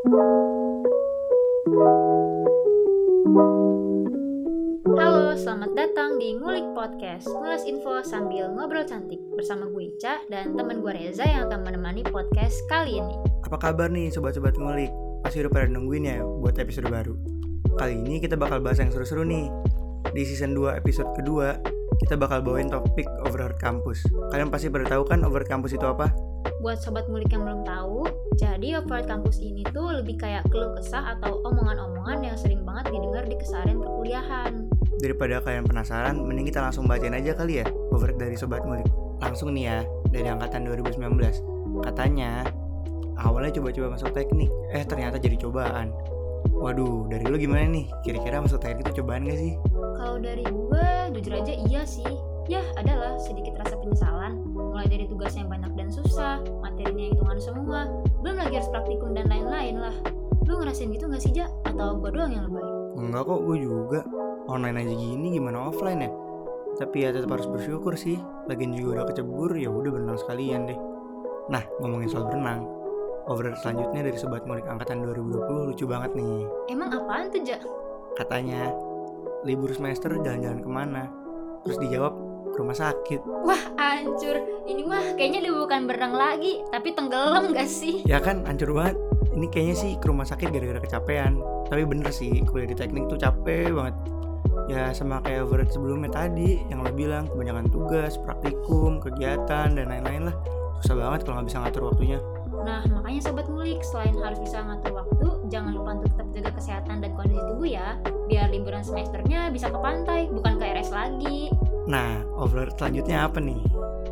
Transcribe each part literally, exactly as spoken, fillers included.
Halo, selamat datang di Ngulik Podcast, ngulas info sambil ngobrol cantik. Bersama gue Ica dan teman gue Reza yang akan menemani podcast kali ini. Apa kabar nih sobat-sobat ngulik? Pasti udah pada nungguin ya buat episode baru. Kali ini kita bakal bahas yang seru-seru nih. Di season dua episode kedua, kita bakal bawain topik overheard kampus. Kalian pasti pada tahu kan overheard kampus itu apa? Buat sobat ngulik yang belum tahu, jadi overheard kampus ini tuh lebih kayak keluh kesah atau omongan-omongan yang sering banget didengar di keseharian perkuliahan. Daripada kalian penasaran, mending kita langsung bacain aja kali ya overheard dari sobat ngulik. Langsung nih ya, dari angkatan dua ribu sembilan belas. Katanya, awalnya coba-coba masuk teknik, eh ternyata jadi cobaan. Waduh, dari lu gimana nih? Kira-kira masuk teknik itu cobaan gak sih? Kalau dari gue, jujur aja iya sih. Ya, adalah sedikit rasa penyesalan. Mulai dari tugas yang banyak dan susah, materinya hitungan semua, belum lagi harus praktikum dan lain-lain lah. Lu ngerasain gitu gak sih, Ja? Atau gue doang yang lebay? Enggak kok, gue juga. Online aja gini, gimana offline ya? Tapi ya tetap harus bersyukur sih. Lagian juga udah kecebur, ya udah berenang sekalian deh. Nah, ngomongin soal berenang, overheard selanjutnya dari sobat ngulik angkatan dua ribu dua puluh lucu banget nih. Emang apaan tuh, Ja? Katanya, libur semester jalan-jalan kemana? Terus dijawab, ke rumah sakit. Wah, hancur. Ini mah kayaknya dia bukan berenang lagi, tapi tenggelam gak sih? Ya kan, hancur banget. Ini kayaknya sih ke rumah sakit gara-gara kecapean. Tapi bener sih, kuliah di teknik tuh capek banget. Ya sama kayak overheard sebelumnya tadi, yang lo bilang kebanyakan tugas, praktikum, kegiatan, dan lain-lain lah. Susah banget kalau gak bisa ngatur waktunya. Nah, makanya sobat ngulik, selain harus bisa ngatur waktu, jangan lupa untuk tetap jaga kesehatan dan kondisi tubuh ya, biar liburan semesternya bisa ke pantai, bukan ke R S lagi. Nah, overheard selanjutnya apa nih?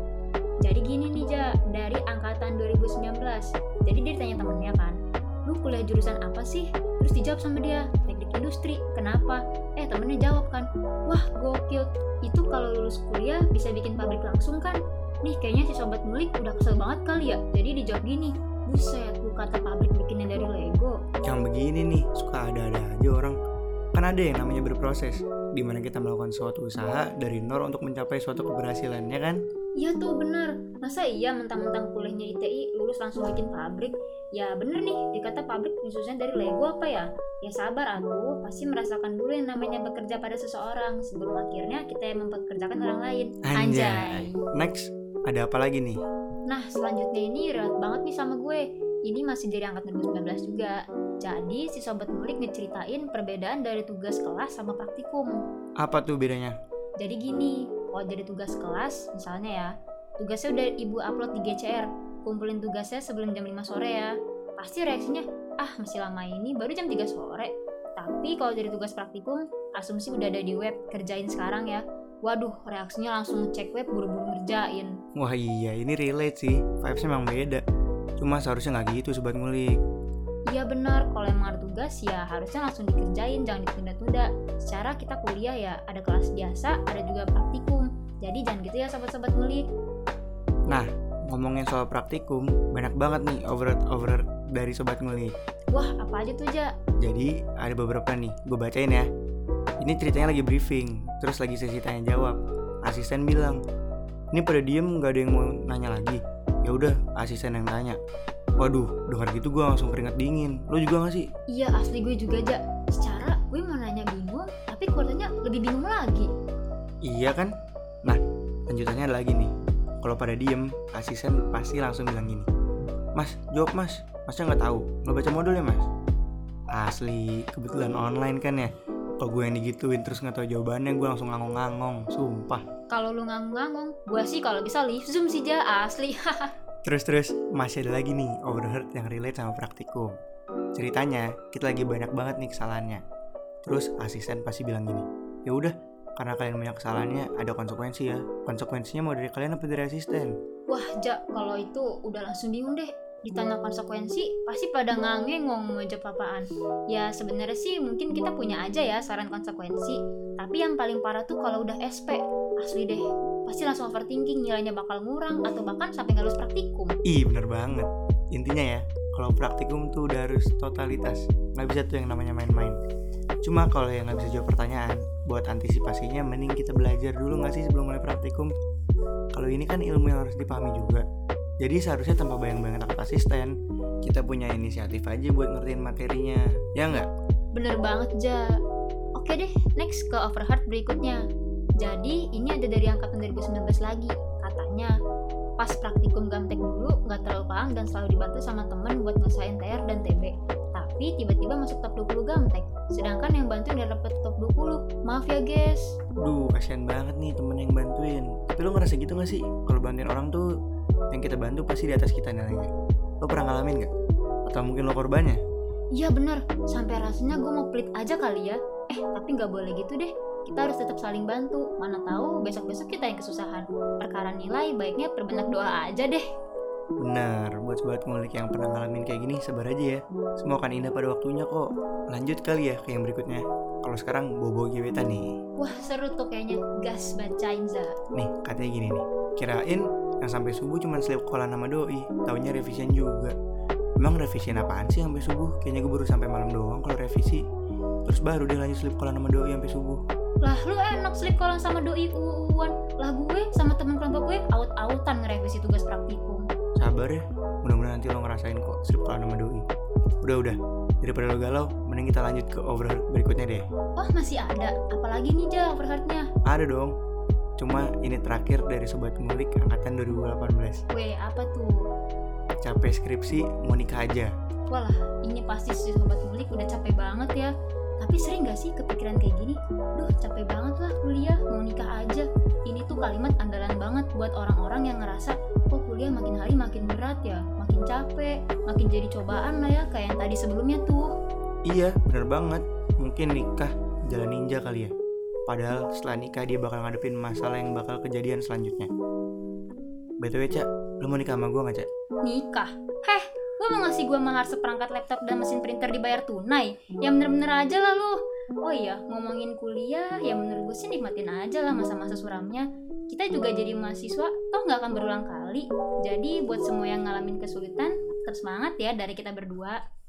Jadi gini nih, Ja, dari angkatan dua ribu sembilan belas. Jadi dia ditanya temennya kan, lu kuliah jurusan apa sih? Terus dijawab sama dia, teknik industri. Kenapa? Eh, temennya jawab kan, wah gokil, itu kalau lulus kuliah bisa bikin pabrik langsung kan? Nih kayaknya si sobat ngulik udah kesel banget kali ya. Jadi dijawab gini, buset, lu kata pabrik bikinnya dari Lego. Yang begini nih, suka ada-ada aja orang. Kan ada yang namanya berproses, di mana kita melakukan suatu usaha dari nol untuk mencapai suatu keberhasilan, ya kan? Iya tuh bener, masa iya mentang-mentang kuliahnya I T I lulus langsung bikin pabrik? Ya bener nih, dikata pabrik khususnya dari Lego apa ya? Ya sabar atuh, pasti merasakan dulu yang namanya bekerja pada seseorang sebelum akhirnya kita yang mempekerjakan orang lain. Anjay. Next, ada apa lagi nih? Nah selanjutnya ini relate banget nih sama gue. Ini masih dari angkatan dua ribu sembilan belas juga. Jadi si sobat ngulik ngeceritain perbedaan dari tugas kelas sama praktikum. Apa tuh bedanya? Jadi gini, kalau dari tugas kelas, misalnya ya, tugasnya udah ibu upload di G C R, kumpulin tugasnya sebelum jam lima sore ya. Pasti reaksinya, ah masih lama ini, baru jam tiga sore. Tapi kalau dari tugas praktikum, asumsi udah ada di web, kerjain sekarang ya. Waduh, reaksinya langsung ngecek web, buru-buru ngerjain. Wah iya, ini relate sih, vibes-nya emang beda. Cuma seharusnya gak gitu sobat ngulik. Iya benar, kalau emang ada tugas ya harusnya langsung dikerjain, jangan ditunda-tunda. Secara kita kuliah ya ada kelas biasa, ada juga praktikum. Jadi jangan gitu ya sobat-sobat ngulik. Nah, ngomongin soal praktikum, banyak banget nih overheard-overheard dari sobat ngulik. Wah, apa aja tuh, Ja? Jadi ada beberapa nih, gue bacain ya. Ini ceritanya lagi briefing, terus lagi sesi tanya jawab. Asisten bilang, ini pada diem gak ada yang mau nanya lagi. Ya udah, asisten yang tanya. Waduh, dengar gitu gue langsung keringat dingin. Lo juga gak sih? Iya, asli gue juga, Ja. Secara gue mau nanya bingung, tapi keluarnya lebih bingung lagi. Iya kan? Nah, lanjutannya ada lagi nih. Kalau pada diem, asisten pasti langsung bilang gini, Mas, jawab mas. Masnya gak tahu? Gak baca modul ya mas? Asli, kebetulan online kan ya. Kalau gue yang digituin terus gak tahu jawabannya, gue langsung ngangong-ngangong, sumpah. Kalau lu ngangong-ngangong, gue sih kalau bisa live zoom sih, Ja, asli. Terus-terus masih ada lagi nih overheard yang relate sama praktikum. Ceritanya kita lagi banyak banget nih kesalahannya. Terus asisten pasti bilang gini, ya udah, karena kalian banyak kesalahannya ada konsekuensi ya. Konsekuensinya mau dari kalian apa dari asisten? Wah, Ja, kalau itu udah langsung bingung deh. Ditanya konsekuensi, pasti pada ngangengong mau jawab apaan. Ya sebenarnya sih mungkin kita punya aja ya saran konsekuensi. Tapi yang paling parah tuh kalau udah S P, asli deh. Pasti langsung overthinking, nilainya bakal ngurang atau bahkan sampai nggak lulus praktikum. Ih bener banget. Intinya ya, kalau praktikum tuh udah harus totalitas. Nggak bisa tuh yang namanya main-main. Cuma kalau yang nggak bisa jawab pertanyaan, buat antisipasinya mending kita belajar dulu nggak sih sebelum mulai praktikum. Kalau ini kan ilmu yang harus dipahami juga. Jadi seharusnya tanpa bayang-bayang takut asisten, kita punya inisiatif aja buat ngertiin materinya, ya nggak? Bener banget, Ja. Oke deh, next ke Overheard berikutnya. Jadi ini ada dari angkatan dua ribu sembilan belas lagi. Katanya pas praktikum Gamtek dulu nggak terlalu paham dan selalu dibantu sama temen buat ngesain T R dan T B. Tapi tiba-tiba masuk top dua puluh Gamtek. Sedangkan yang bantuin nggak dapet top dua puluh. Maaf ya guys. Duh, kasihan banget nih temen yang bantuin. Tapi lo ngerasa gitu gak sih? Kalau bantuin orang tuh yang kita bantu pasti di atas kita nilainya. Lo pernah ngalamin gak? Atau mungkin lo korbannya? Iya bener, sampai rasanya gue mau pelit aja kali ya. Eh tapi nggak boleh gitu deh. Kita harus tetap saling bantu. Mana tahu besok-besok kita yang kesusahan. Perkara nilai baiknya perbanyak doa aja deh. Benar, buat sobat ngulik yang pernah ngalamin kayak gini, sabar aja ya. Semua akan indah pada waktunya kok. Lanjut kali ya ke yang berikutnya. Kalau sekarang bobo gebetan nih. Wah seru tuh kayaknya, gas bacain Za. Nih katanya gini nih, kirain yang sampai subuh cuma sleep callan sama doi, taunya revision juga. Emang revision apaan sih sampai subuh? Kayaknya gue baru sampai malam doang kalau revisi. Terus baru dia lanjut sleep callan sama doi sampai subuh. Lah lu enak sleep callan sama doi uwan. Lah gue sama temen kelompok gue aut-autan ngerevisi tugas praktikum. Sabar ya, mudah-mudahan nanti lo ngerasain kok sleep callan sama doi. Udah-udah, daripada lo galau, mending kita lanjut ke overheard berikutnya deh. Oh masih ada? Apalagi nih Ja overheardnya? Ada dong, cuma ini terakhir dari sobat ngulik angkatan dua ribu delapan belas. Weh apa tuh? Capek skripsi, mau nikah aja. Walah, ini pasti si sobat ngulik udah capek banget ya. Tapi sering gak sih kepikiran kayak gini? Duh capek banget lah kuliah, mau nikah aja. Ini tuh kalimat andalan banget buat orang-orang yang ngerasa kok kuliah makin hari makin berat ya, makin capek, makin jadi cobaan lah ya kayak yang tadi sebelumnya tuh. Iya, bener banget. Mungkin nikah jalan ninja kali ya. Padahal setelah nikah dia bakal ngadepin masalah yang bakal kejadian selanjutnya. B T W Cak, lo mau nikah sama gue gak Cak? Nikah? Heh, lo mau ngasih gue mahar seperangkat laptop dan mesin printer dibayar tunai? Ya bener-bener aja lah lo. Oh iya, ngomongin kuliah, ya menurut gue sih nikmatin aja lah masa-masa suramnya. Kita juga jadi mahasiswa, toh gak akan berulang kali. Jadi buat semua yang ngalamin kesulitan, tetap semangat ya dari kita berdua.